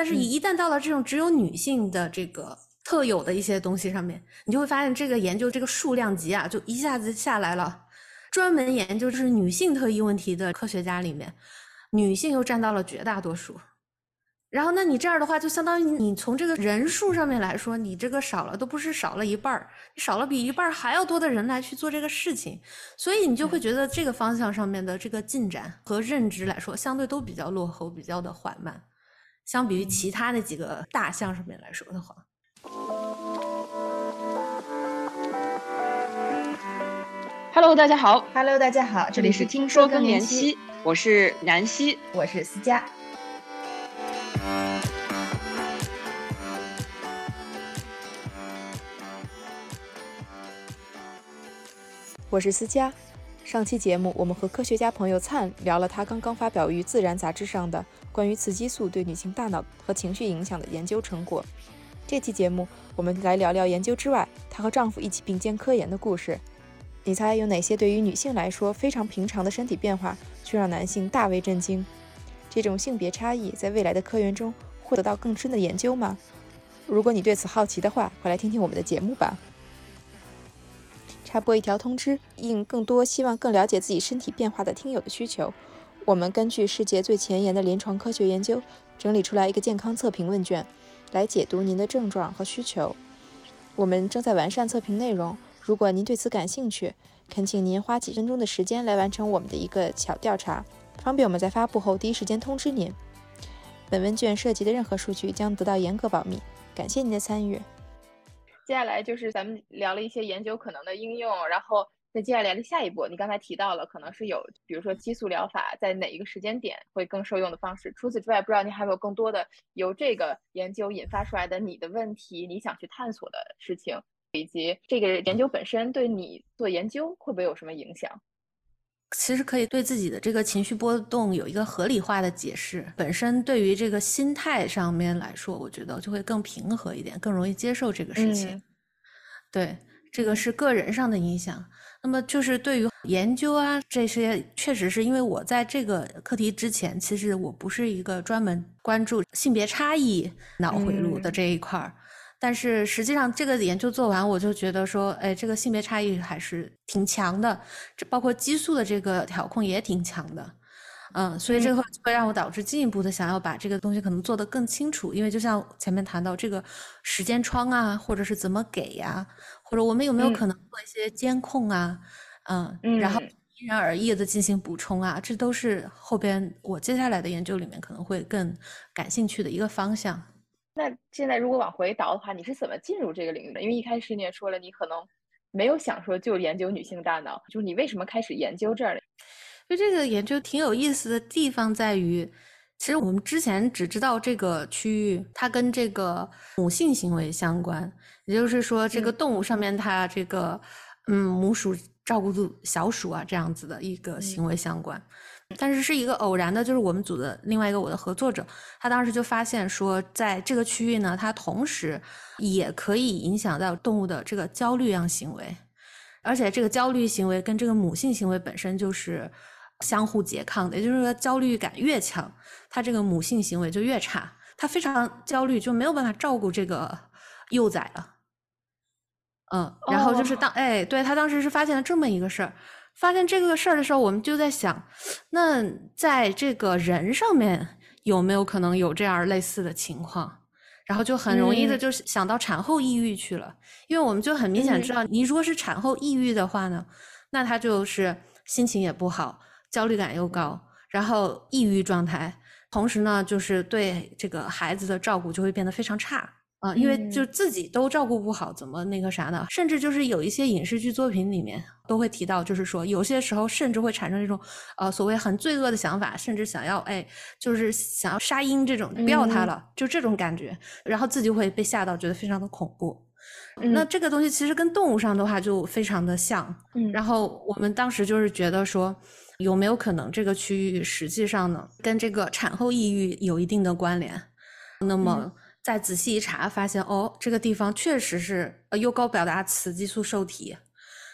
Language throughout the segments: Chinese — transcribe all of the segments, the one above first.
但是一旦到了这种只有女性的这个特有的一些东西上面，你就会发现这个研究这个数量级啊，就一下子下来了。专门研究就是女性特异问题的科学家里面，女性又占到了绝大多数。然后那你这样的话，就相当于你从这个人数上面来说，你这个少了都不是少了一半，你少了比一半还要多的人来去做这个事情，所以你就会觉得这个方向上面的这个进展和认知来说，相对都比较落后，比较的缓慢，相比于其他的几个大项上面来说的话。 Hello， 大家好。 Hello， 大家好， 这里是听说更年期，我是南希， 我是思佳。 我是思佳。上期节目，我们和科学家朋友灿聊了他刚刚发表于《自然》杂志上的关于雌激素对女性大脑和情绪影响的研究成果。这期节目，我们来聊聊研究之外，她和丈夫一起并肩科研的故事。你猜有哪些对于女性来说非常平常的身体变化，却让男性大为震惊？这种性别差异在未来的科研中会得到更深的研究吗？如果你对此好奇的话，快来听听我们的节目吧。插播一条通知，应更多希望更了解自己身体变化的听友的需求，我们根据世界最前沿的临床科学研究，整理出来一个健康测评问卷，来解读您的症状和需求。我们正在完善测评内容，如果您对此感兴趣，恳请您花几分钟的时间来完成我们的一个小调查，方便我们在发布后第一时间通知您。本问卷涉及的任何数据将得到严格保密，感谢您的参与。 接下来就是咱们聊了一些研究可能的应用，然后再接下来的下一步，你刚才提到了可能是有比如说激素疗法在哪一个时间点会更受用的方式。除此之外，不知道你还有没有更多的由这个研究引发出来的你的问题，你想去探索的事情，以及这个研究本身对你做研究会不会有什么影响？ 其实可以对自己的这个情绪波动有一个合理化的解释，本身对于这个心态上面来说，我觉得就会更平和一点，更容易接受这个事情。对，这个是个人上的影响。那么就是对于研究啊这些，确实是因为我在这个课题之前，其实我不是一个专门关注性别差异脑回路的这一块但是实际上这个研究做完，我就觉得说，哎，这个性别差异还是挺强的，这包括激素的这个调控也挺强的。所以这会让我导致进一步的想要把这个东西可能做得更清楚，因为就像前面谈到这个时间窗啊，或者是怎么给呀，或者我们有没有可能做一些监控啊，然后因人而异的进行补充啊，这都是后边我接下来的研究里面可能会更感兴趣的一个方向。 那现在如果往回倒的话，你是怎么进入这个领域的？因为一开始你也说了，你可能没有想说就研究女性大脑，就是你为什么开始研究这儿的？ 就这个研究挺有意思的地方在于，其实我们之前只知道这个区域它跟这个母性行为相关，也就是说这个动物上面它这个母鼠照顾小鼠啊这样子的一个行为相关。但是是一个偶然的，就是我们组的另外一个我的合作者，他当时就发现说，在这个区域呢，它同时也可以影响到动物的这个焦虑样行为，而且这个焦虑行为跟这个母性行为本身就是相互拮抗的，也就是说焦虑感越强，它这个母性行为就越差，它非常焦虑，就没有办法照顾这个幼崽了。然后就是对，他当时是发现了这么一个事儿。发现这个事儿的时候，我们就在想，那在这个人上面有没有可能有这样类似的情况？然后就很容易的就想到产后抑郁去了，因为我们就很明显知道，你如果是产后抑郁的话呢，那他就是心情也不好，焦虑感又高，然后抑郁状态，同时呢，就是对这个孩子的照顾就会变得非常差。因为就自己都照顾不好，怎么那个啥呢？甚至就是有一些影视剧作品里面都会提到，就是说有些时候甚至会产生这种所谓很罪恶的想法，甚至想要就是想要杀婴这种，不要他了，就这种感觉，然后自己会被吓到，觉得非常的恐怖。那这个东西其实跟动物上的话就非常的像。然后我们当时就是觉得说，有没有可能这个区域实际上呢跟这个产后抑郁有一定的关联？那么再仔细一查，发现这个地方确实是优高表达雌激素受体，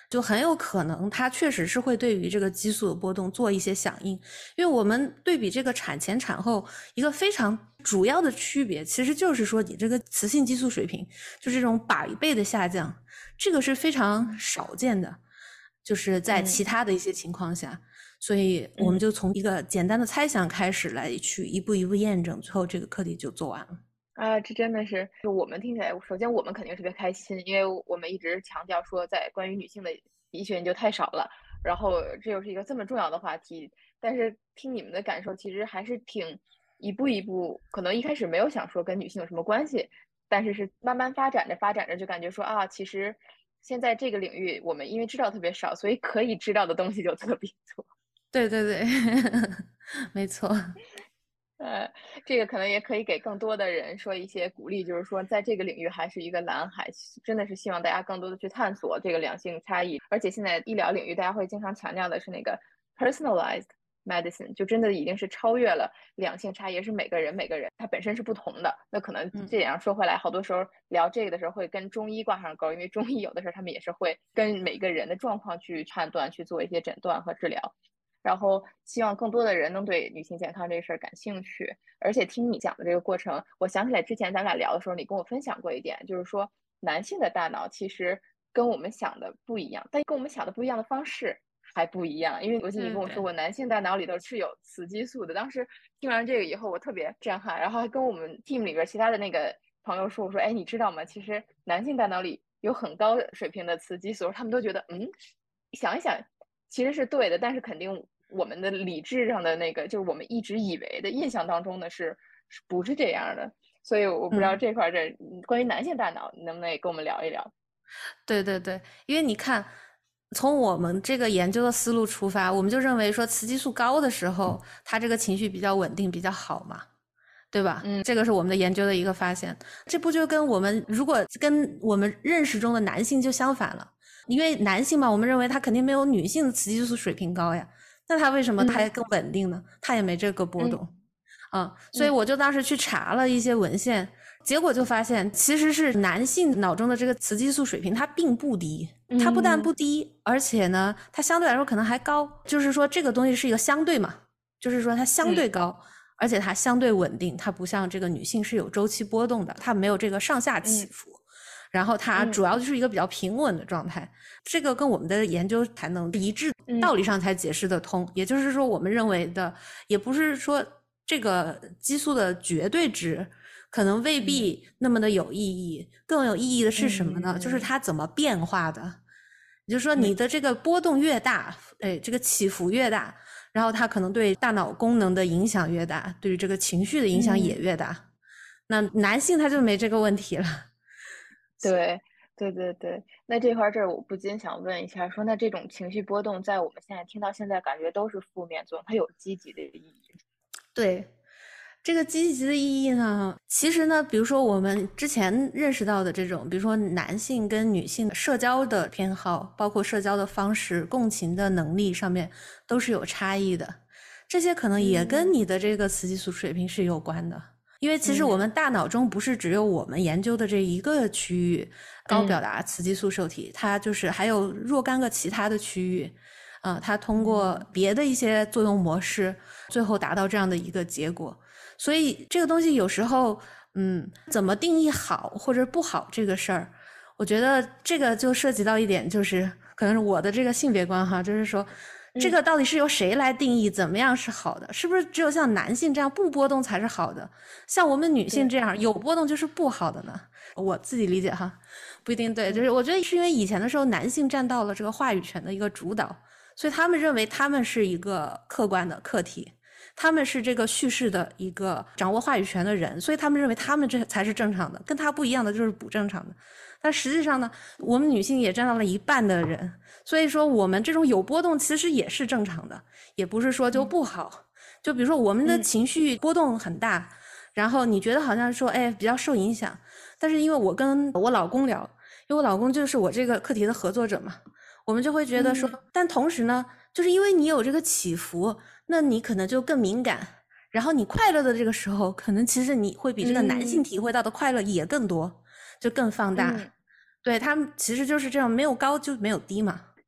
就很有可能它确实是会对于这个激素的波动做一些响应。因为我们对比这个产前产后一个非常主要的区别，其实就是说你这个雌性激素水平就这种100倍的下降，这个是非常少见的，就是在其他的一些情况下。所以我们就从一个简单的猜想开始来去一步一步验证，最后这个课题就做完了。 啊，这真的是，就我们听起来，首先我们肯定特别开心，因为我们一直强调说，在关于女性的医学研究太少了，然后这又是一个这么重要的话题，但是听你们的感受，其实还是挺一步一步，可能一开始没有想说跟女性有什么关系，但是是慢慢发展着，就感觉说啊，其实现在这个领域我们因为知道特别少，所以可以知道的东西就特别多。 对对对，没错。 这个可能也可以给更多的人说一些鼓励，就是说在这个领域还是一个蓝海，真的是希望大家更多的去探索这个两性差异。而且现在医疗领域大家会经常强调的是那个 personalized medicine， 就真的已经是超越了两性差异，是每个人他本身是不同的。那可能这样说回来，好多时候聊这个的时候会跟中医挂上钩，因为中医有的时候他们也是会跟每个人的状况去判断，去做一些诊断和治疗。然后希望更多的人能对女性健康这个事儿感兴趣，而且听你讲的这个过程，我想起来之前咱俩聊的时候，你跟我分享过一点，就是说男性的大脑其实跟我们想的不一样，但跟我们想的不一样的方式还不一样。因为我记得你跟我说过，男性大脑里头是有雌激素的。当时听完这个以后，我特别震撼，然后还跟我们 team 里边其他的那个朋友说，我说，哎，你知道吗？其实男性大脑里有很高水平的雌激素，他们都觉得，想一想，其实是对的，但是肯定我们的理智上的那个，就是我们一直以为的印象当中的是不是这样的？所以我不知道这块关于男性大脑，能不能也跟我们聊一聊？ 对对对，因为你看，从我们这个研究的思路出发，我们就认为说雌激素高的时候，他这个情绪比较稳定，比较好嘛，对吧？这个是我们的研究的一个发现。这不就跟我们如果跟我们认识中的男性就相反了？因为男性嘛，我们认为他肯定没有女性的雌激素水平高呀。那他为什么他也更稳定呢？他也没这个波动。所以我就当时去查了一些文献，结果就发现其实是男性脑中的这个雌激素水平它并不低，它不但不低，而且呢它相对来说可能还高，就是说这个东西是一个相对嘛，就是说它相对高，而且它相对稳定，它不像这个女性是有周期波动的，它没有这个上下起伏，然后它主要就是一个比较平稳的状态。这个跟我们的研究才能一致，道理上才解释得通。也就是说我们认为的也不是说这个激素的绝对值可能未必那么的有意义，更有意义的是什么呢？就是它怎么变化的。也就是说你的这个波动越大，这个起伏越大，然后它可能对大脑功能的影响越大，对于这个情绪的影响也越大。那男性他就没这个问题了。 对，那这我不禁想问一下，说那这种情绪波动在我们现在听到现在感觉都是负面作用，它有积极的意义？ 对，这个积极的意义呢，其实呢，比如说我们之前认识到的这种，比如说男性跟女性社交的偏好，包括社交的方式、共情的能力上面都是有差异的，这些可能也跟你的这个雌激素水平是有关的。因为其实我们大脑中不是只有我们研究的这一个区域高表达雌激素受体，它就是还有若干个其他的区域，它通过别的一些作用模式，最后达到这样的一个结果。所以这个东西有时候，怎么定义好或者不好这个事儿，我觉得这个就涉及到一点，就是可能是我的这个性别观哈，就是说。这个到底是由谁来定义怎么样是好的？是不是只有像男性这样不波动才是好的？像我们女性这样有波动就是不好的呢？我自己理解哈，不一定对。就是我觉得是因为以前的时候男性占到了这个话语权的一个主导，所以他们认为他们是一个客观的客体，他们是这个叙事的一个掌握话语权的人，所以他们认为他们这才是正常的，跟他不一样的就是不正常的。但实际上呢，我们女性也占到了一半的人，所以说我们这种有波动其实也是正常的，也不是说就不好。就比如说我们的情绪波动很大，然后你觉得好像说比较受影响，但是因为我跟我老公聊，因为我老公就是我这个课题的合作者嘛，我们就会觉得说，但同时呢，就是因为你有这个起伏，那你可能就更敏感，然后你快乐的这个时候，可能其实你会比这个男性体会到的快乐也更多，就更放大。对，他们其实就是这样，没有高就没有低嘛。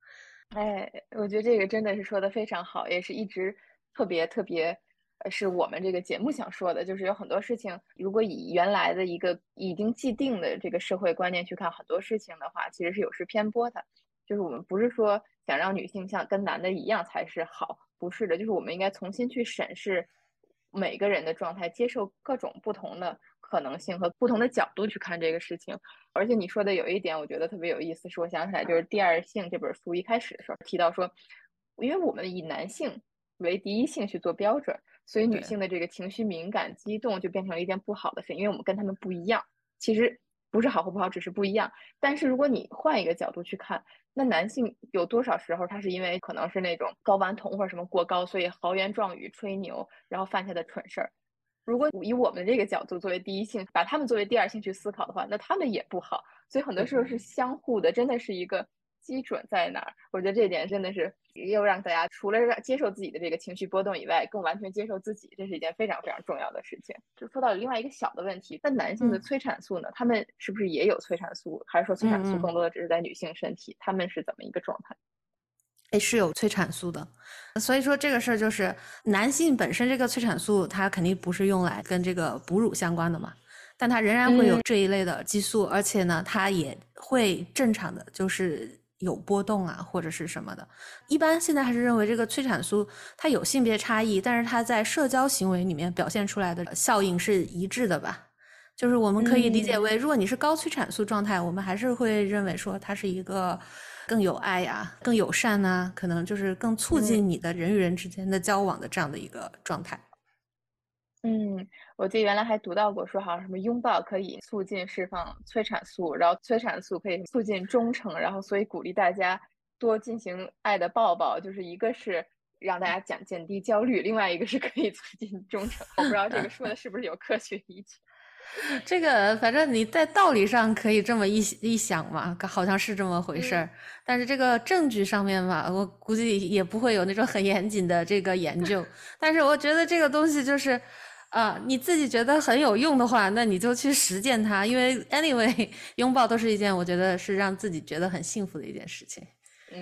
哎，我觉得这个真的是说的非常好，也是一直特别，是我们这个节目想说的，就是有很多事情，如果以原来的一个已经既定的这个社会观念去看很多事情的话，其实是有失偏颇的。就是我们不是说想让女性像跟男的一样才是好，不是的，就是我们应该重新去审视每个人的状态，接受各种不同的可能性和不同的角度去看这个事情。而且你说的有一点，我觉得特别有意思，是我想起来就是《第二性》这本书一开始的时候提到说，因为我们以男性为第一性去做标准，所以女对， 性的这个情绪敏感、激动就变成了一件不好的事，因为我们跟他们不一样。其实不是好或不好，只是不一样。但是如果你换一个角度去看，那男性有多少时候他是因为可能是那种睾丸酮或者什么过高，所以豪言壮语、吹牛，然后犯下的蠢事儿。如果以我们这个角度作为第一性，把他们作为第二性去思考的话，那他们也不好。所以很多时候是相互的，真的是一个基准在哪儿。我觉得这一点真的是又让大家除了接受自己的这个情绪波动以外，更完全接受自己，这是一件非常非常重要的事情。就说到另外一个小的问题，那男性的催产素呢？他们是不是也有催产素？还是说催产素更多的只是在女性身体？他们是怎么一个状态？ 是有催产素的，所以说这个事儿就是男性本身这个催产素，它肯定不是用来跟这个哺乳相关的嘛，但它仍然会有这一类的激素，而且呢，它也会正常的就是有波动啊或者是什么的。一般现在还是认为这个催产素它有性别差异，但是它在社交行为里面表现出来的效应是一致的吧。就是我们可以理解为，如果你是高催产素状态，我们还是会认为说它是一个更有爱呀、更友善啊，可能就是更促进你的人与人之间的交往的这样的一个状态。 我记得原来还读到过，说好像什么拥抱可以促进释放催产素，然后催产素可以促进忠诚，然后所以鼓励大家多进行爱的抱抱，就是一个是让大家减低焦虑，另外一个是可以促进忠诚。我不知道这个说的是不是有科学依据。 这个反正你在道理上可以这么一想嘛，好像是这么回事儿。但是这个证据上面嘛，我估计也不会有那种很严谨的这个研究。但是我觉得这个东西就是，你自己觉得很有用的话，那你就去实践它。因为 anyway，拥抱都是一件我觉得是让自己觉得很幸福的一件事情。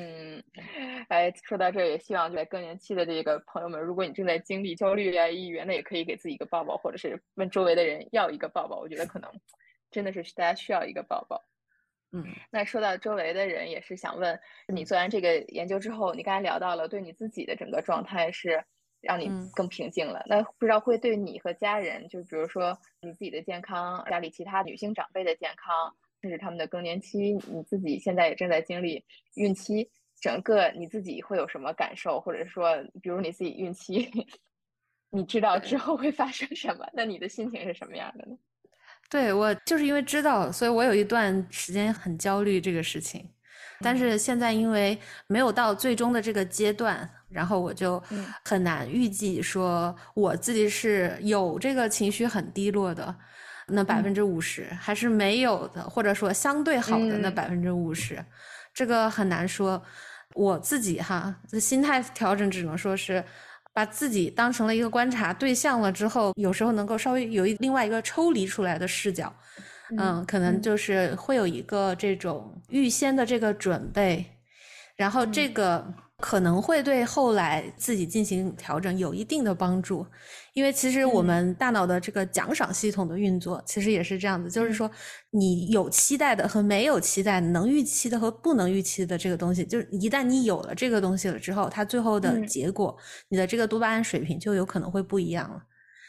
说到这儿，也希望在更年期的这个朋友们，如果你正在经历焦虑啊、抑郁，那也可以给自己一个抱抱，或者是问周围的人要一个抱抱。我觉得可能真的是大家需要一个抱抱。那说到周围的人，也是想问你做完这个研究之后，你刚才聊到了对你自己的整个状态是让你更平静了。那不知道会对你和家人，就比如说你自己的健康，家里其他女性长辈的健康，甚至他们的更年期，你自己现在也正在经历孕期，整个你自己会有什么感受，或者说，比如你自己孕期，你知道之后会发生什么，那你的心情是什么样的呢？ 对，我就是因为知道，所以我有一段时间很焦虑这个事情。但是现在因为没有到最终的这个阶段，然后我就很难预计说我自己是有这个情绪很低落的那50%，还是没有的，或者说相对好的那50%，这个很难说。我自己哈，这心态调整只能说是把自己当成了一个观察对象了之后，有时候能够稍微有另外一个抽离出来的视角，可能就是会有一个这种预先的这个准备，然后这个可能会对后来自己进行调整有一定的帮助。因为其实我们大脑的这个奖赏系统的运作其实也是这样子，就是说你有期待的和没有期待的，能预期的和不能预期的这个东西，就是一旦你有了这个东西了之后，它最后的结果，你的这个多巴胺水平就有可能会不一样了。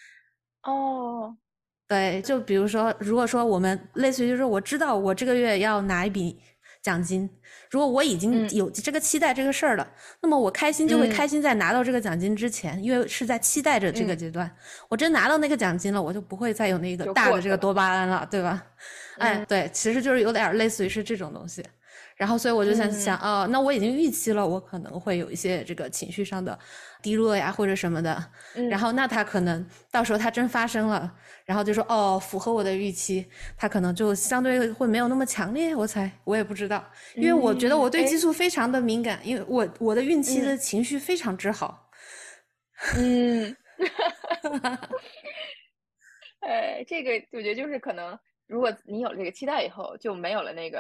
对，就比如说，如果说我们类似于就是我知道我这个月要拿一笔奖金，如果我已经有这个期待这个事儿了，那么我开心就会开心在拿到这个奖金之前，因为是在期待着这个阶段。我真拿到那个奖金了，我就不会再有那个大的这个多巴胺了，对吧？对，其实就是有点类似于是这种东西。然后所以我就想那我已经预期了我可能会有一些这个情绪上的低落呀或者什么的，然后那他可能到时候他真发生了，然后就说符合我的预期，他可能就相对会没有那么强烈，我也不知道，因为我觉得我对激素非常的敏感，因为我的孕期的情绪非常之好。 这个我觉得就是可能，如果你有这个期待以后，就没有了那个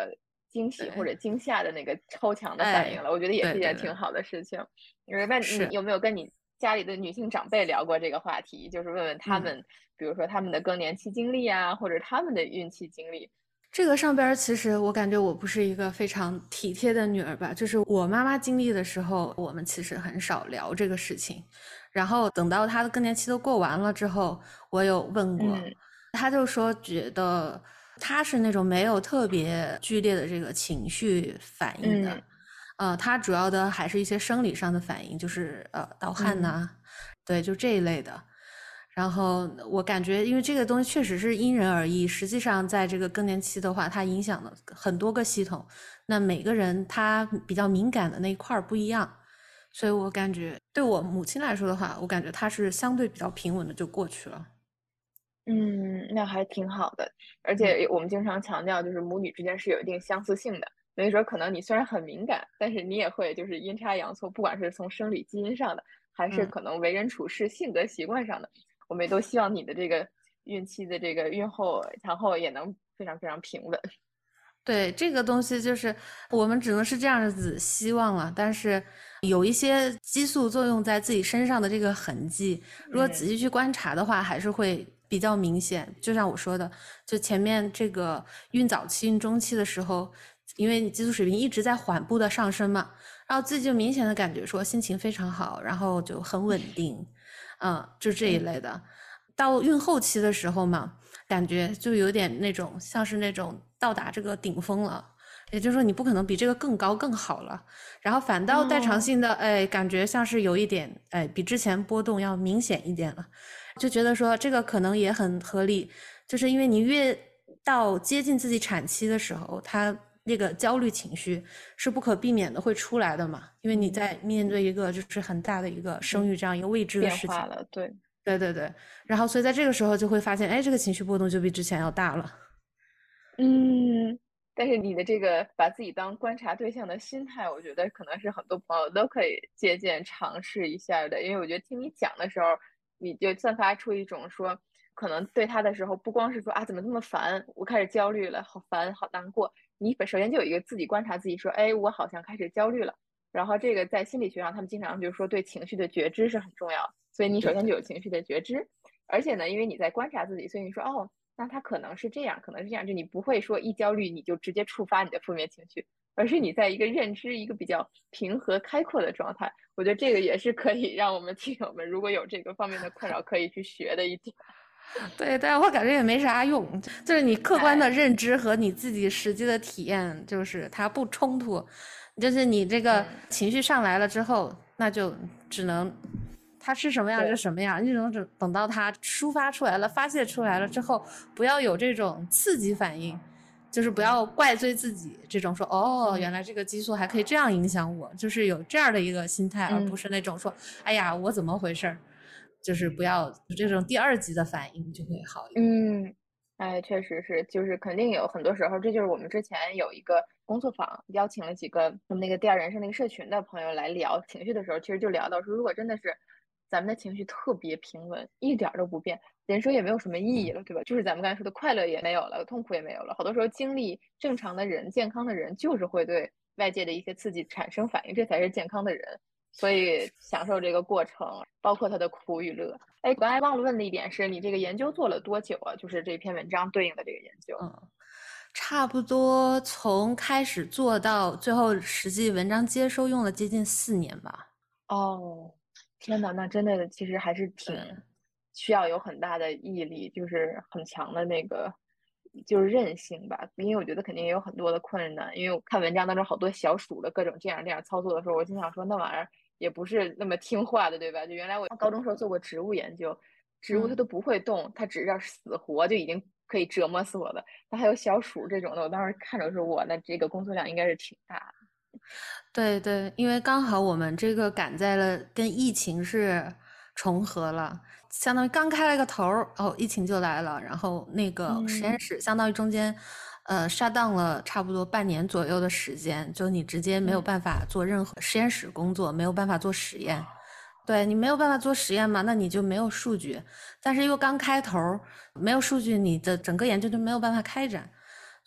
惊喜或对， 者惊吓的那个超强的反应了，我觉得也是一件挺对对对， 好的事情。那你是， 有没有跟你家里的女性长辈聊过这个话题？就是问问他嗯。 们，比如说他们的更年期经历啊，或者他们的孕期经历。 这个上边其实我感觉我不是一个非常体贴的女儿吧，就是我妈妈经历的时候，我们其实很少聊这个事情。然后等到她的更年期都过完了之后，我有问过， 嗯她就说觉得她是那种没有特别剧烈的这个情绪反应的， 嗯她主要的还是一些生理上的反应，就是盗汗嗯呐、对，就这一类的。然后我感觉，因为这个东西确实是因人而异。实际上，在这个更年期的话，它影响了很多个系统。那每个人他比较敏感的那一块儿不一样，所以我感觉对我母亲来说的话，我感觉她是相对比较平稳的就过去了。 那还挺好的。而嗯且我们经常强调，就是母女之间是有一定相似性的。没准儿可能你虽然很敏感，但是你也会就是阴差阳错，不管是从生理基因上的，还是嗯。 可能为人处事、性格习惯上的，我们也都希望你的这个孕期的这个孕后、产后也能非常非常平稳。 对，这个东西就是我们只能是这样子希望了，但是有一些激素作用在自己身上的这个痕迹，如果仔嗯细去观察的话，还是会比较明显。就像我说的，就前面这个孕早期、孕中期的时候，因为你激素水平一直在缓步的上升嘛，然后自己就明显的感觉说心情非常好，然后就很稳定，就这一嗯类的。到孕后期的时候嘛，感觉就有点那种像是那种到达这个顶峰了，也就是说你不可能比这个更高更好了。然后反倒代偿哦性的，哎，感觉像是有一点，哎，比之前波动要明显一点了，就觉得说这个可能也很合理，就是因为你越到接近自己产期的时候，他那个焦虑情绪是不可避免的会出来的嘛，因为你嗯在面对一个就是很大的一个生嗯， 育这样一个未知的事情。 变化了，对。 对对对，然后所以在这个时候就会发现，哎，这个情绪波动就比之前要大了。 嗯，但是你的这个把自己当观察对象的心态，我觉得可能是很多朋友都可以借鉴尝试一下的。因为我觉得听你讲的时候，你就散发出一种说，可能对他的时候，不光是说啊怎么这么烦，我开始焦虑了，好烦，好难过。你首先就有一个自己观察自己，说，哎，我好像开始焦虑了。然后这个在心理学上，他们经常就是说对情绪的觉知是很重要，所以你首先就有对对对， 情绪的觉知，而且呢，因为你在观察自己，所以你说哦。那他可能是这样，可能是这样，就你不会说一焦虑你就直接触发你的负面情绪，而是你在一个认知一个比较平和开阔的状态。我觉得这个也是可以让我们听友们如果有这个方面的困扰，可以去学的一点。 对，但是我感觉也没啥用，就是你客观的哎， 认知和你自己实际的体验，就是它不冲突，就是你这个嗯， 情绪上来了之后，那就只能它是什么样就对， 什么样，你只能等到它抒发出来了、发泄出来了之后，不要有这种刺激反应，就是不嗯要怪罪自己，这种说哦，原嗯来这个激素还可以这样影响我，就是有这样的一个心态，而不嗯是那种说，哎呀，我怎么回事儿，就是不要这种第二级的反应就会好一点。 嗯，哎，确实是，就是肯定有很多时候，这就是我们之前有一个工作坊，邀请了几个我们那个第二人生那个社群的朋友来聊情绪的时候，其实就聊到说，如果真的是咱们的情绪特别平稳，一点儿都不变，人生也没有什么意义了，对吧？就是咱们刚才说的快乐也没有了，痛苦也没有了。好多时候经历正常的人、健康的人，就是会对外界的一些刺激产生反应，这才是健康的人。所以享受这个过程，包括它的苦与乐。哎，我刚才忘了问的一点是你这个研究做了多久啊？就是这篇文章对应的这个研究。 差不多从开始做到最后实际文章接收用了接近4年吧。 哦，天呐，那真的其实还是挺对， 需要有很大的毅力，就是很强的那个，就是韧性吧。因为我觉得肯定也有很多的困难，因为我看文章当中好多小鼠的各种这样操作的时候，我心想说那玩意儿也不是那么听话的，对吧？就原来我高中时候做过植物研究，植物它嗯。 都不会动，它只要死活就已经可以折磨死我了。它还有小鼠这种的，我当时看着说，我那这个工作量应该是挺大的。 对对，因为刚好我们这个赶在了跟疫情是重合了，相当于刚开了一个头儿，哦，疫情就来了，然后那个实验嗯室相当于中间shut down 了差不多半年左右的时间，就你直接没有嗯办法做任何实验室工作，没有办法做实验。对，你没有办法做实验嘛，那你就没有数据，但是又刚开头儿，没有数据，你的整个研究就没有办法开展。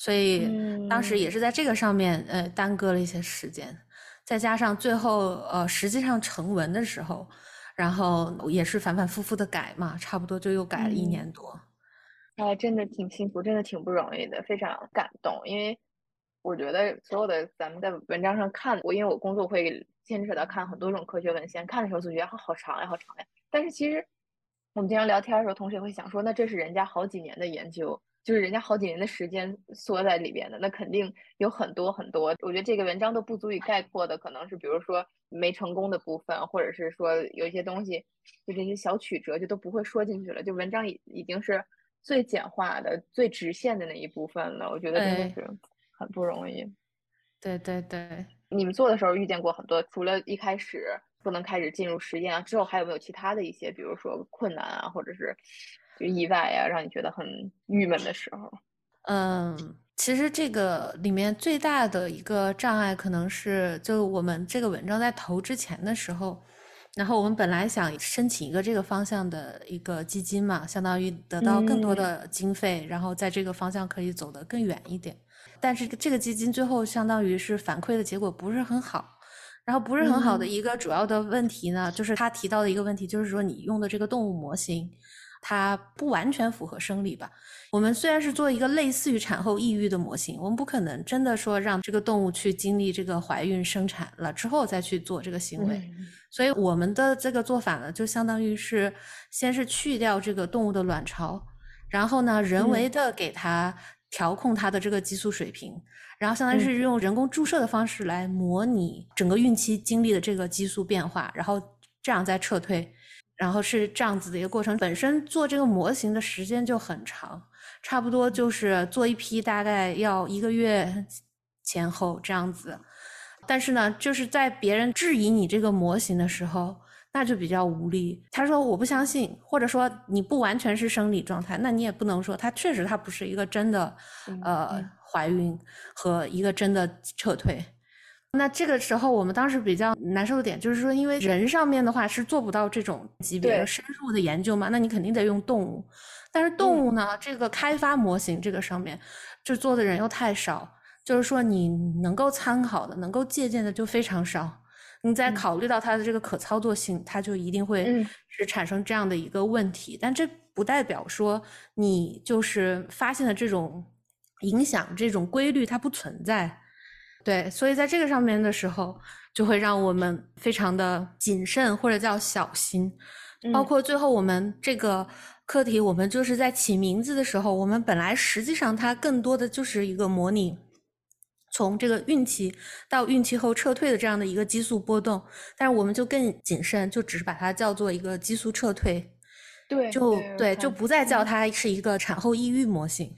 所以当时也是在这个上面耽搁了一些时间，再加上最后实际上成文的时候，然后也是反反复复的改嘛，差不多就又改了1年多。 真的挺辛苦，真的挺不容易的，非常感动。因为我觉得所有的咱们在文章上看，因为我工作会牵扯到看很多种科学文献，看的时候就觉得好长呀，好长呀。但是其实我们经常聊天的时候，同时也会想说，那这是人家好几年的研究，就是人家好几年的时间缩在里边的，那肯定有很多很多。我觉得这个文章都不足以概括的，可能是比如说没成功的部分，或者是说有一些东西，就这些小曲折就都不会说进去了。就文章已经是最简化的、最直线的那一部分了。我觉得真的是很不容易。 对对对。 你们做的时候遇见过很多，除了一开始不能开始进入实验啊，之后还有没有其他的一些，比如说困难啊，或者是就意外啊，让你觉得很郁闷的时候？ 其实这个里面最大的一个障碍可能是，就我们这个文章在投之前的时候，然后我们本来想申请一个这个方向的一个基金嘛，相当于得到更多的经费，然后在这个方向可以走得更远一点。但是这个基金最后相当于是反馈的结果不是很好，然后不是很好的一个主要的问题呢，就是他提到的一个问题，就是说你用的这个动物模型，它不完全符合生理吧。我们虽然是做一个类似于产后抑郁的模型，我们不可能真的说让这个动物去经历这个怀孕生产了之后再去做这个行为，所以我们的这个做法呢，就相当于是先是去掉这个动物的卵巢，然后呢人为的给它调控它的这个激素水平，然后相当于是用人工注射的方式来模拟整个孕期经历的这个激素变化，然后这样再撤退，然后是这样子的一个过程。本身做这个模型的时间就很长，差不多就是做一批大概要1个月前后这样子。但是呢，就是在别人质疑你这个模型的时候，那就比较无力。他说我不相信，或者说你不完全是生理状态，那你也不能说它确实它不是一个真的怀孕和一个真的撤退。那这个时候我们当时比较难受的点就是说，因为人上面的话是做不到这种级别的深入的研究嘛，那你肯定得用动物。但是动物呢，这个开发模型这个上面就做的人又太少，就是说你能够参考的能够借鉴的就非常少。你再考虑到它的这个可操作性，它就一定会是产生这样的一个问题。但这不代表说你就是发现的这种影响这种规律它不存在。对，所以在这个上面的时候就会让我们非常的谨慎或者叫小心。包括最后我们这个课题，我们就是在起名字的时候，我们本来实际上它更多的就是一个模拟从这个孕期到孕期后撤退的这样的一个激素波动，但是我们就更谨慎，就只是把它叫做一个激素撤退。对，就不再叫它是一个产后抑郁模型。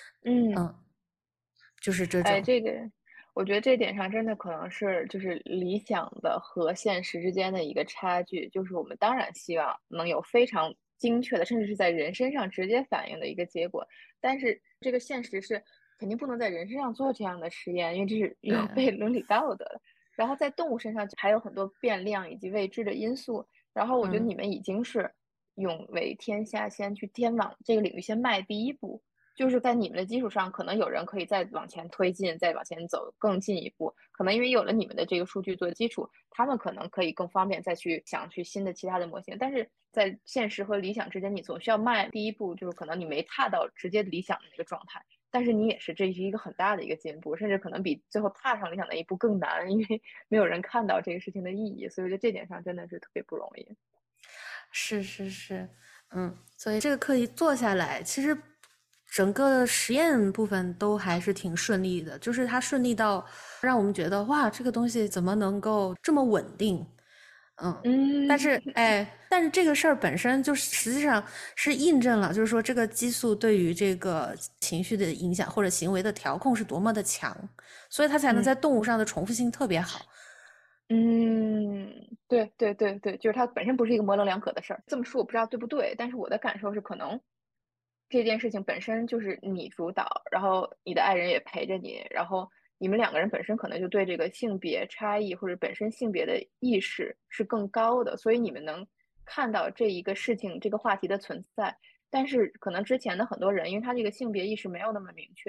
就是这种。 这个我觉得这点上真的可能是就是理想的和现实之间的一个差距。就是我们当然希望能有非常精确的，甚至是在人身上直接反映的一个结果，但是这个现实是肯定不能在人身上做这样的实验，因为这是违背伦理道德的。然后在动物身上还有很多变量以及未知的因素。然后我觉得你们已经是勇为天下先去先往这个领域先迈第一步。就是在你们的基础上，可能有人可以再往前推进，再往前走更进一步。可能因为有了你们的这个数据做基础，他们可能可以更方便再去想去新的其他的模型。但是在现实和理想之间，你总需要迈第一步，就是可能你没踏到直接理想的那个状态，但是你也是这是一个很大的一个进步，甚至可能比最后踏上理想那一步更难，因为没有人看到这个事情的意义。所以我觉得这点上真的是特别不容易。 是，所以这个课题做下来，其实整个实验部分都还是挺顺利的，就是它顺利到让我们觉得哇，这个东西怎么能够这么稳定。但是这个事儿本身就是实际上是印证了，就是说这个激素对于这个情绪的影响或者行为的调控是多么的强，所以它才能在动物上的重复性特别好。 对，就是它本身不是一个模棱两可的事儿。这么说我不知道对不对，但是我的感受是，可能这件事情本身就是你主导，然后你的爱人也陪着你，然后你们两个人本身可能就对这个性别差异或者本身性别的意识是更高的，所以你们能看到这一个事情这个话题的存在。但是可能之前的很多人，因为他这个性别意识没有那么明确，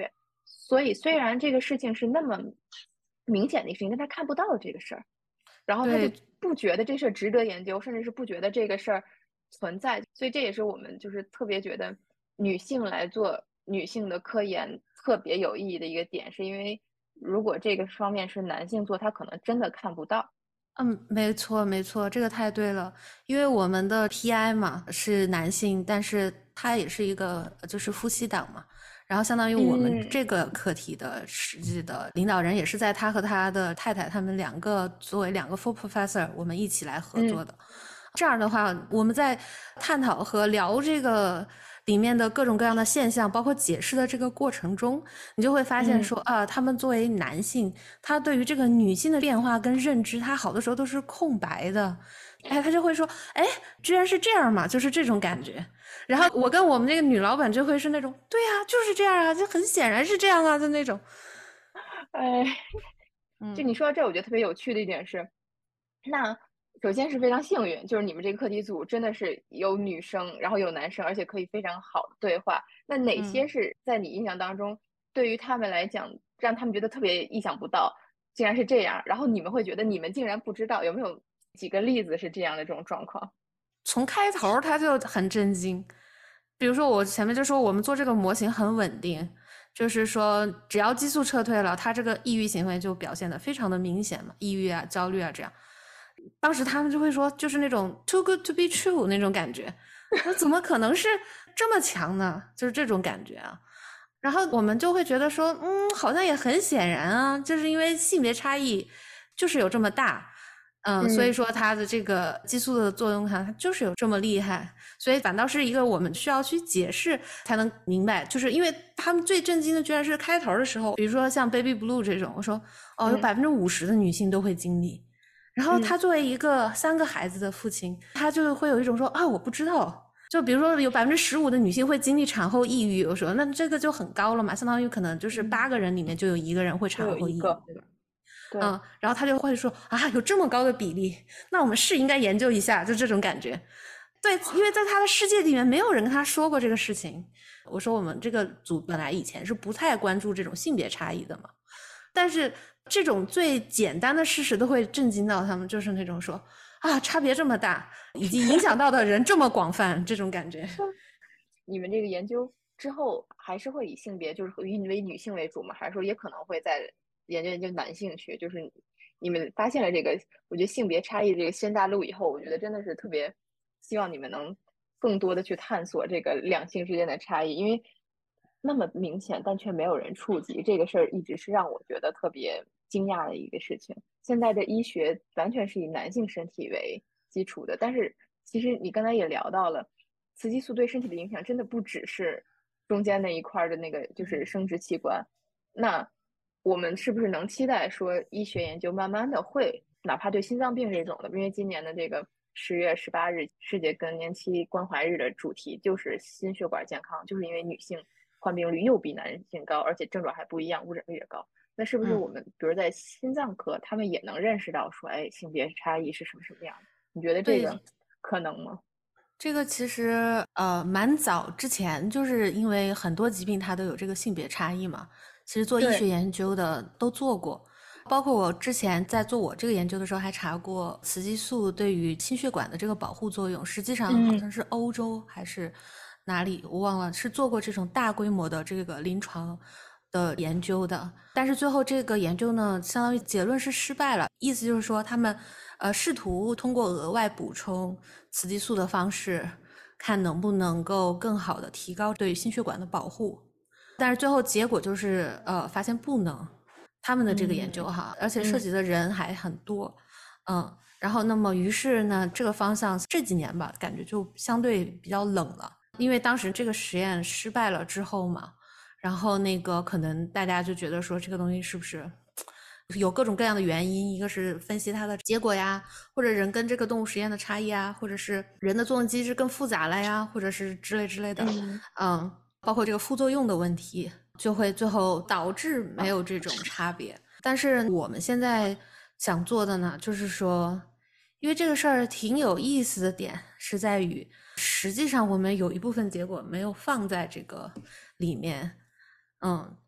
所以虽然这个事情是那么明显的事情，但他看不到这个事儿，然后他就对， 不觉得这事儿值得研究，甚至是不觉得这个事儿存在。所以这也是我们就是特别觉得女性来做女性的科研特别有意义的一个点，是因为如果这个方面是男性做，他可能真的看不到。 没错，没错，这个太对了。因为我们的 PI 嘛是男性，但是他也是一个就是夫妻档嘛，然后相当于我们这个课题的实际的领导人也是在他和他的太太他们两个作为2个 full professor 我们一起来合作的。这样的话，我们在探讨和聊这个里面的各种各样的现象，包括解释的这个过程中，你就会发现说，他们作为男性，他对于这个女性的变化跟认知，他好多时候都是空白的。哎，他就会说，哎，居然是这样嘛，就是这种感觉。然后我跟我们那个女老板就会是那种，对啊，就是这样啊，就很显然是这样啊，就那种。 哎，就你说到这，我觉得特别有趣的一点是，那首先是非常幸运，就是你们这个课题组真的是有女生，然后有男生，而且可以非常好的对话。那哪些是在你印象当中，对于他们来讲，让他们觉得特别意想不到，竟然是这样？然后你们会觉得你们竟然不知道，有没有几个例子是这样的这种状况？ 从开头他就很震惊，比如说我前面就说我们做这个模型很稳定，就是说只要激素撤退了，他这个抑郁行为就表现得非常的明显嘛，抑郁啊、焦虑啊这样。当时他们就会说，就是那种 too good to be true 那种感觉，那怎么可能是这么强呢？就是这种感觉啊。然后我们就会觉得说，好像也很显然啊，就是因为性别差异就是有这么大。所以说它的这个激素的作用它就是有这么厉害，所以反倒是一个我们需要去解释才能明白，就是因为他们最震惊的居然是开头的时候，比如说像 Baby Blue 这种，我说有50%的女性都会经历，然后他作为一个3个孩子的父亲，他就会有一种说我不知道，就比如说有15%的女性会经历产后抑郁，我说那这个就很高了嘛，相当于可能就是8个人里面就有1个人会产后抑郁，对吧？然后他就会说有这么高的比例，那我们是应该研究一下，就这种感觉。对，因为在他的世界里面没有人跟他说过这个事情。我说我们这个组本来以前是不太关注这种性别差异的嘛，但是这种最简单的事实都会震惊到他们，就是那种说差别这么大，以及影响到的人这么广泛，这种感觉。 你们这个研究之后还是会以性别，就是以女性为主吗？还是说也可能会在研究男性去？就是你们发现了这个，我觉得性别差异这个新大陆以后，我觉得真的是特别希望你们能更多的去探索这个两性之间的差异，因为那么明显，但却没有人触及这个事儿，一直是让我觉得特别惊讶的一个事情。现在的医学完全是以男性身体为基础的，但是其实你刚才也聊到了，雌激素对身体的影响真的不只是中间那一块的那个就是生殖器官。那我们是不是能期待说医学研究慢慢的会，哪怕对心脏病这种的，因为今年的这个10月18日世界更年期关怀日的主题就是心血管健康，就是因为女性患病率又比男性高，而且症状还不一样，误诊率也高。那是不是我们比如在心脏科，他们也能认识到说，性别差异是什么什么样的？你觉得这个可能吗？ 这个其实蛮早之前，就是因为很多疾病它都有这个性别差异嘛。其实做医学研究的都做过，包括我之前在做我这个研究的时候还查过雌激素对于心血管的这个保护作用。实际上好像是欧洲还是哪里我忘了，是做过这种大规模的这个临床的研究的。但是最后这个研究呢，相当于结论是失败了，意思就是说他们试图通过额外补充雌激素的方式，看能不能够更好的提高对心血管的保护。但是最后结果就是发现不能，他们的这个研究而且涉及的人还很多。然后那么于是呢，这个方向这几年吧，感觉就相对比较冷了，因为当时这个实验失败了之后嘛，然后那个可能大家就觉得说这个东西是不是有各种各样的原因，一个是分析它的结果呀，或者人跟这个动物实验的差异啊，或者是人的作用机制更复杂了呀，或者是之类的。包括这个副作用的问题，就会最后导致没有这种差别。但是我们现在想做的呢，就是说，因为这个事儿挺有意思的点是在于，实际上我们有一部分结果没有放在这个里面。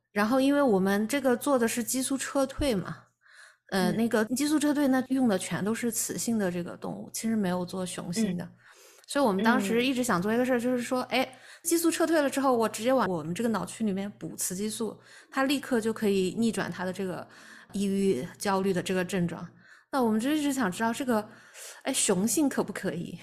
然后因为我们这个做的是激素撤退嘛，那个激素撤退呢用的全都是雌性的这个动物，其实没有做雄性的。所以我们当时一直想做一个事儿，就是说，激素撤退了之后，我直接往我们这个脑区里面补雌激素，它立刻就可以逆转它的这个抑郁、焦虑的这个症状。那我们就一直想知道这个，雄性可不可以？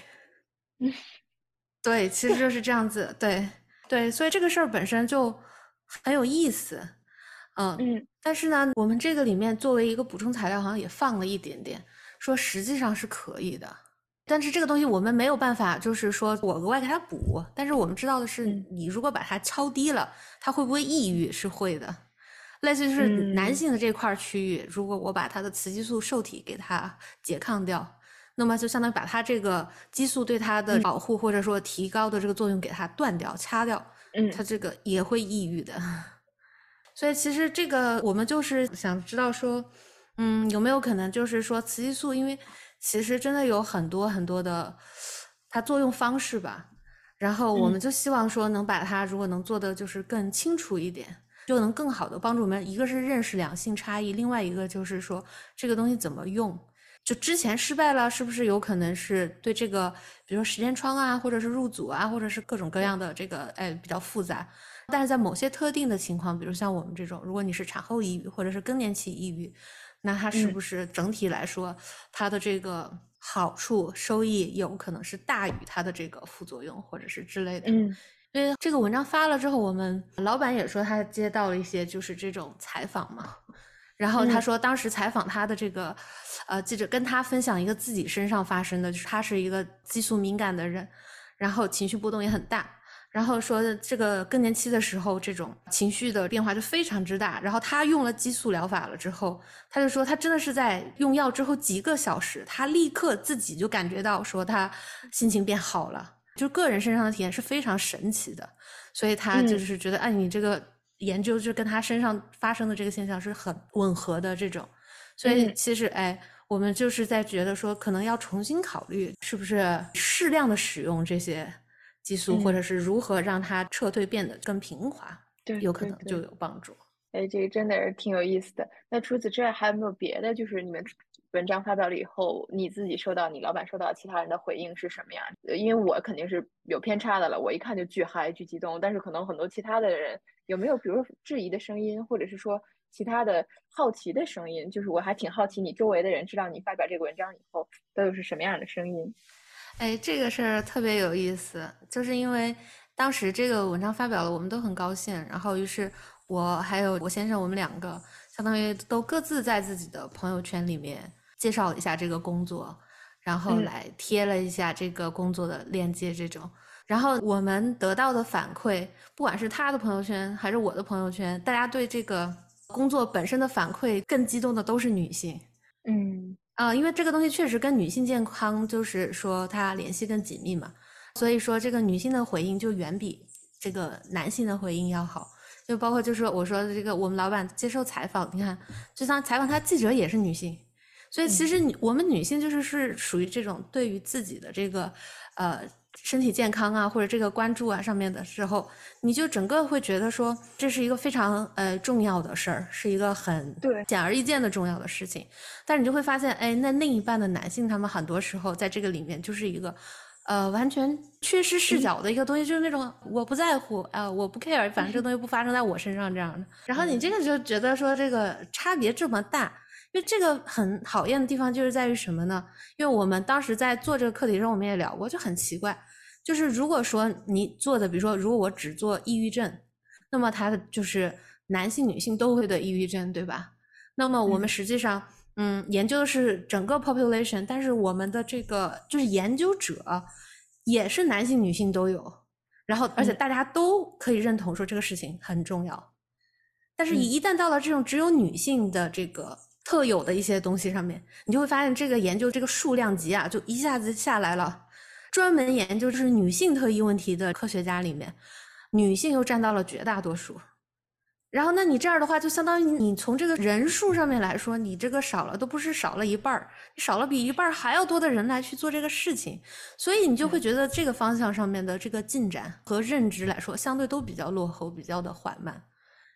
对，其实就是这样子，对，所以这个事儿本身就很有意思，但是呢，我们这个里面作为一个补充材料，好像也放了一点点，说实际上是可以的。但是这个东西我们没有办法，就是说我额外给它补。但是我们知道的是，你如果把它敲低了，它会不会抑郁？是会的。类似于是男性的这块区域，如果我把它的雌激素受体给它拮抗掉，那么就相当于把它这个激素对它的保护或者说提高的这个作用给它断掉、掐掉，它这个也会抑郁的。所以其实这个我们就是想知道说，有没有可能就是说雌激素，因为其实真的有很多很多的它作用方式吧，然后我们就希望说能把它如果能做的就是更清楚一点，就能更好的帮助我们，一个是认识两性差异，另外一个就是说这个东西怎么用。就之前失败了，是不是有可能是对这个比如说时间窗啊，或者是入组啊，或者是各种各样的这个比较复杂，但是在某些特定的情况，比如像我们这种，如果你是产后抑郁或者是更年期抑郁，那它是不是整体来说它的这个好处收益有可能是大于它的这个副作用或者是之类的。因为这个文章发了之后，我们老板也说他接到了一些就是这种采访嘛，然后他说当时采访他的这个记者跟他分享一个自己身上发生的，就是他是一个激素敏感的人，然后情绪波动也很大，然后说这个更年期的时候这种情绪的变化就非常之大，然后他用了激素疗法了之后，他就说他真的是在用药之后几个小时，他立刻自己就感觉到说他心情变好了，就个人身上的体验是非常神奇的。所以他就是觉得你这个研究就跟他身上发生的这个现象是很吻合的这种。所以其实我们就是在觉得说可能要重新考虑是不是适量的使用这些激素，或者是如何让它撤退变得更平滑，有可能就有帮助。 这个真的是挺有意思的。那除此之外还有没有别的，就是你们文章发表了以后，你自己收到你老板收到其他人的回应是什么样？因为我肯定是有偏差的了，我一看就巨嗨巨激动，但是可能很多其他的人有没有比如说质疑的声音，或者是说其他的好奇的声音？就是我还挺好奇你周围的人知道你发表这个文章以后都有是什么样的声音。 这个事儿特别有意思，就是因为当时这个文章发表了，我们都很高兴，然后于是我还有我先生，我们两个相当于都各自在自己的朋友圈里面介绍了一下这个工作，然后来贴了一下这个工作的链接这种。然后我们得到的反馈，不管是他的朋友圈还是我的朋友圈，大家对这个工作本身的反馈更激动的都是女性。因为这个东西确实跟女性健康就是说它联系更紧密嘛，所以说这个女性的回应就远比这个男性的回应要好。就包括就是说我说的这个我们老板接受采访，你看就像采访他记者也是女性，所以其实我们女性就是属于这种对于自己的这个身体健康啊或者这个关注啊上面的时候，你就整个会觉得说这是一个非常重要的事儿，是一个很显而易见的重要的事情。但是你就会发现那另一半的男性他们很多时候在这个里面就是一个完全缺失视角的一个东西，就是那种我不在乎我不 care， 反正这东西不发生在我身上这样的。然后你这个就觉得说这个差别这么大，因为这个很讨厌的地方就是在于什么呢？因为我们当时在做这个课题中我们也聊过，就很奇怪，就是如果说你做的比如说如果我只做抑郁症，那么它就是男性女性都会得抑郁症，对吧？那么我们实际上研究的是整个 population， 但是我们的这个就是研究者也是男性女性都有，然后而且大家都可以认同说这个事情很重要。但是一旦到了这种只有女性的这个特有的一些东西上面，你就会发现这个研究这个数量级就一下子下来了。专门研究就是女性特异问题的科学家里面，女性又占到了绝大多数。然后那你这样的话就相当于你从这个人数上面来说，你这个少了都不是少了一半，你少了比一半还要多的人来去做这个事情，所以你就会觉得这个方向上面的这个进展和认知来说相对都比较落后，比较的缓慢。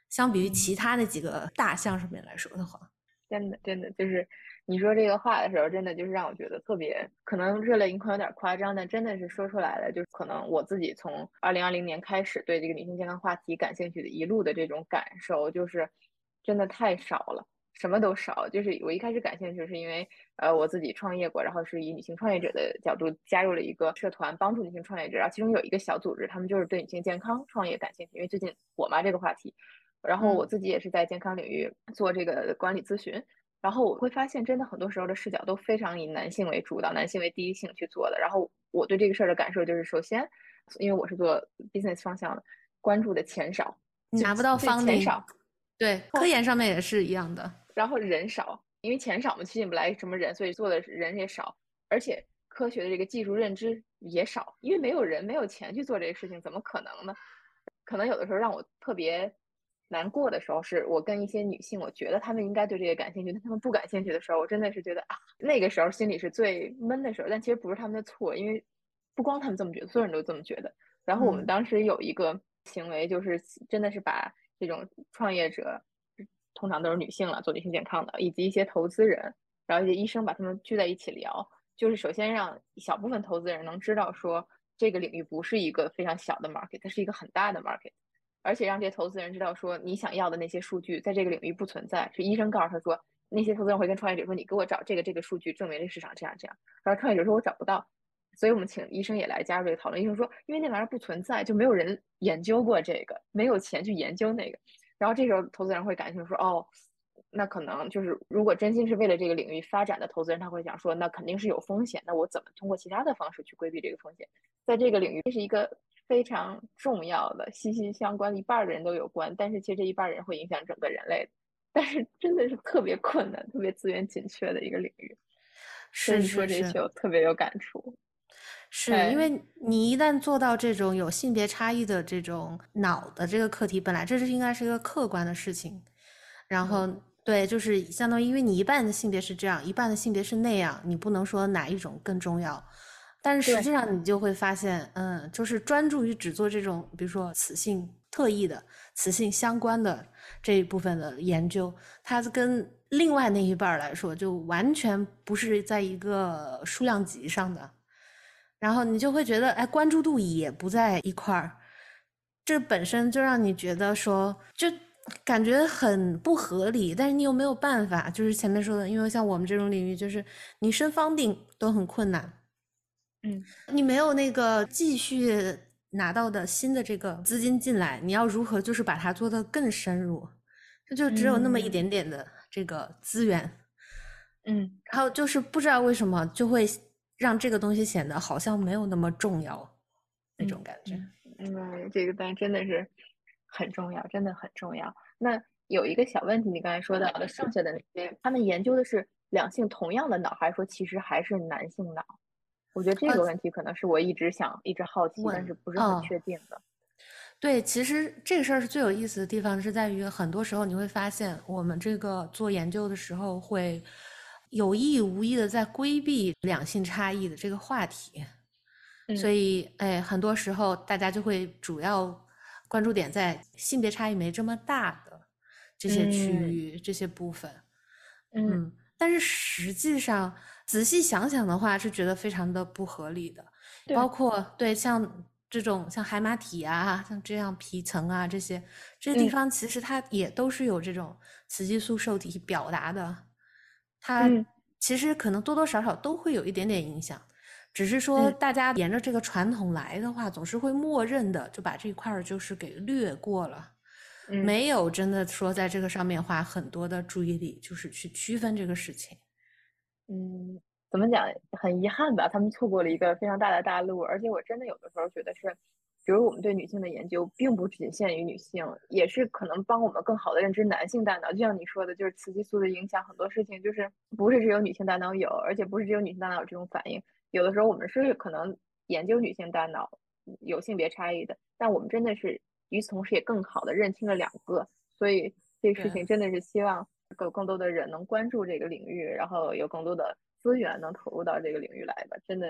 相比于其他那几个大项上面来说的话。 真的就是你说这个话的时候，真的就是让我觉得特别，可能热泪盈眶有点夸张，但真的是说出来了，就是可能我自己从2020年开始对这个女性健康话题感兴趣的一路的这种感受，就是真的太少了，什么都少。就是我一开始感兴趣是因为我自己创业过，然后是以女性创业者的角度加入了一个社团，帮助女性创业者，然后其中有一个小组织，他们就是对女性健康创业感兴趣，因为最近火嘛这个话题。然后我自己也是在健康领域做这个管理咨询，然后我会发现，真的很多时候的视角都非常以男性为主导、男性为第一性去做的。然后我对这个事儿的感受就是，首先，因为我是做 business 方向的，关注的钱少， 拿不到钱少， 对，科研上面也是一样的。 然后人少，因为钱少嘛，吸引不来什么人，所以做的人也少，而且科学的这个技术认知也少，因为没有人、没有钱去做这个事情，怎么可能呢？可能有的时候让我特别难过的时候，是我跟一些女性，我觉得她们应该对这个感兴趣，但她们不感兴趣的时候，我真的是觉得啊，那个时候心里是最闷的时候。但其实不是她们的错，因为不光她们这么觉得，所有人都这么觉得。然后我们当时有一个行为，就是真的是把这种创业者，通常都是女性了，做女性健康的，以及一些投资人，然后一些医生，把他们聚在一起聊。就是首先让小部分投资人能知道说，这个领域不是一个非常小的 market，它是一个很大的 market。而且让这些投资人知道说，你想要的那些数据在这个领域不存在，是医生告诉他说，那些投资人会跟创业者说，你给我找这个数据证明这市场这样这样。然后创业者说我找不到，所以我们请医生也来加入这个讨论。医生说，因为那玩意儿不存在，就没有人研究过这个，没有钱去研究那个。然后这时候投资人会感兴趣说，哦，那可能就是如果真心是为了这个领域发展的投资人，他会想说，那肯定是有风险，那我怎么通过其他的方式去规避这个风险？在这个领域，这是一个非常重要的、息息相关，一半的人都有关，但是其实这一半人会影响整个人类，但是真的是特别困难、特别资源紧缺的一个领域。所以你说这些，我特别有感触。 是因为你一旦做到这种有性别差异的这种脑的这个课题，本来这是应该是一个客观的事情，然后对，就是相当于因为你一半的性别是这样，一半的性别是那样，你不能说哪一种更重要。但是实际上你就会发现，就是专注于只做这种，比如说雌性特异的、雌性相关的这一部分的研究，它跟另外那一半来说，就完全不是在一个数量级上的。然后你就会觉得，哎，关注度也不在一块儿，这本身就让你觉得说，就感觉很不合理。但是你又没有办法，就是前面说的，因为像我们这种领域，就是你申方定都很困难，你没有那个继续拿到的新的这个资金进来，你要如何就是把它做得更深入？这就只有那么一点点的这个资源，然后就是不知道为什么就会让这个东西显得好像没有那么重要那种感觉。 这个但真的是很重要，真的很重要。那有一个小问题，你刚才说到的，剩下的那些，他们研究的是两性同样的脑，还是说其实还是男性脑？我觉得这个问题可能是我一直好奇，但是不是很确定的。 对，其实这个事儿是最有意思的地方是在于，很多时候你会发现，我们这个做研究的时候会有意无意的在规避两性差异的这个话题，所以很多时候大家就会主要关注点在性别差异没这么大的这些区域、这些部分。但是实际上仔细想想的话，是觉得非常的不合理的，包括像这种像海马体啊，像这样皮层啊，这些地方其实它也都是有这种雌激素受体表达的，它其实可能多多少少都会有一点点影响，只是说大家沿着这个传统来的话，总是会默认的就把这块儿就是给略过了，没有真的说在这个上面花很多的注意力，就是去区分这个事情。 怎么讲？很遗憾吧，他们错过了一个非常大的大陆。而且我真的有的时候觉得是，比如我们对女性的研究，并不仅限于女性，也是可能帮我们更好的认知男性大脑。就像你说的，就是雌激素的影响，很多事情就是不是只有女性大脑有，而且不是只有女性大脑有这种反应。有的时候我们是可能研究女性大脑有性别差异的，但我们真的是与此同时也更好的认清了两个。所以这个事情真的是希望更多的人能关注这个领域，然后有更多的资源能投入到这个领域来吧。真的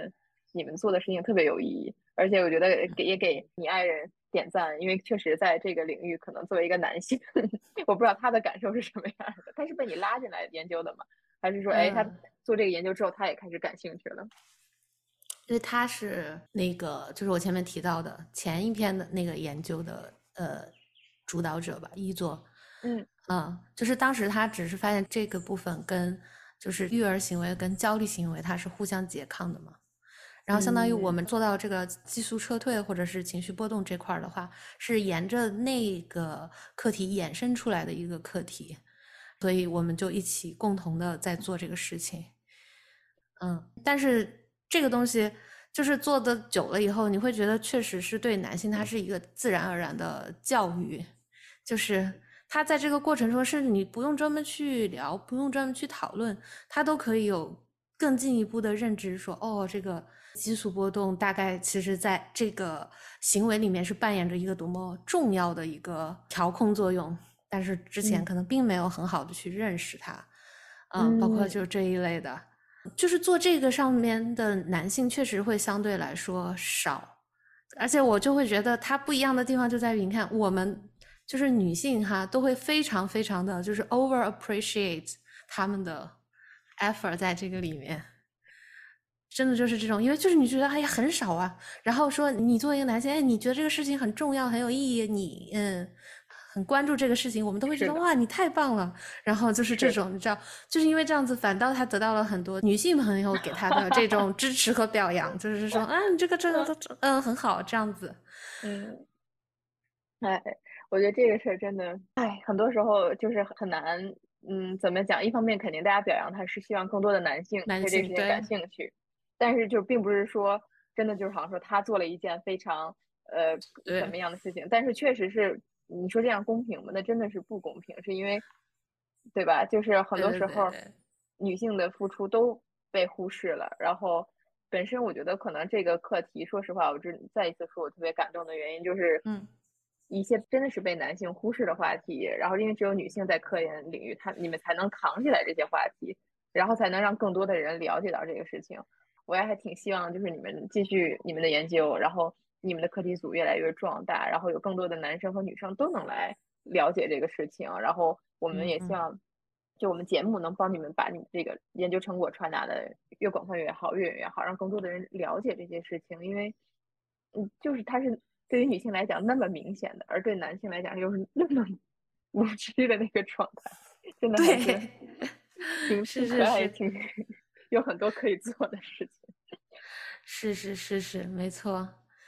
你们做的事情特别有意义，而且我觉得也给你爱人点赞，因为确实在这个领域，可能作为一个男性，我不知道他的感受是什么样的。他是被你拉进来研究的吗？还是说，他做这个研究之后，他也开始感兴趣了？ 因为他是那个，就是我前面提到的前一篇的那个研究的主导者吧，一作。就是当时他只是发现这个部分跟就是育儿行为跟焦虑行为它是互相拮抗的嘛。然后相当于我们做到这个激素撤退或者是情绪波动这块的话，是沿着那个课题衍生出来的一个课题，所以我们就一起共同的在做这个事情。但是这个东西就是做的久了以后，你会觉得确实是对男性他是一个自然而然的教育，就是他在这个过程中，甚至你不用专门去聊，不用专门去讨论，他都可以有更进一步的认知说，这个激素波动大概其实在这个行为里面是扮演着一个多么重要的一个调控作用，但是之前可能并没有很好的去认识它。包括就是这一类的，就是做这个上面的男性确实会相对来说少，而且我就会觉得它不一样的地方就在于，你看我们就是女性哈，都会非常非常的就是 over appreciate 他们的 effort 在这个里面，真的就是这种，因为就是你觉得哎呀很少啊，然后说你作为一个男性，你觉得这个事情很重要很有意义，你很关注这个事情，我们都会觉得哇你太棒了，然后就是这种你知道，就是因为这样子，反倒他得到了很多女性朋友给他的这种支持和表扬，就是说你这个很好这样子。 我觉得这个事儿真的，很多时候就是很难，怎么讲？一方面肯定大家表扬他是希望更多的男性对这个事情感兴趣，但是就并不是说真的就是好像说他做了一件非常怎么样的事情，但是确实是你说这样公平吗？那真的是不公平，是因为对吧？就是很多时候女性的付出都被忽视了，然后本身我觉得可能这个课题，说实话，我再一次说我特别感动的原因就是一些真的是被男性忽视的话题，然后因为只有女性在科研领域，你们才能扛起来这些话题，然后才能让更多的人了解到这个事情。我也还挺希望就是你们继续你们的研究，然后你们的课题组越来越壮大，然后有更多的男生和女生都能来了解这个事情，然后我们也希望就我们节目能帮你们把你们这个研究成果传达的越广泛越好，越远越好，让更多的人了解这些事情，因为就是它是对于女性来讲那么明显的，而对男性来讲又是那么无知的那个状态，真的还是挺可爱，挺有很多可以做的事情。 是，没错。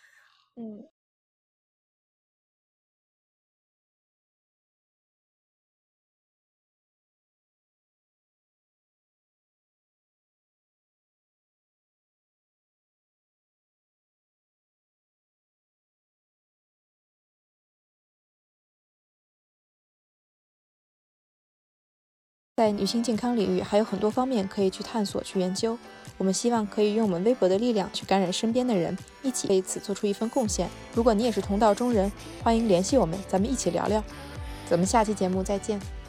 在女性健康领域还有很多方面可以去探索去研究，我们希望可以用我们微薄的力量去感染身边的人，一起为此做出一份贡献。如果你也是同道中人，欢迎联系我们，咱们一起聊聊。咱们下期节目再见。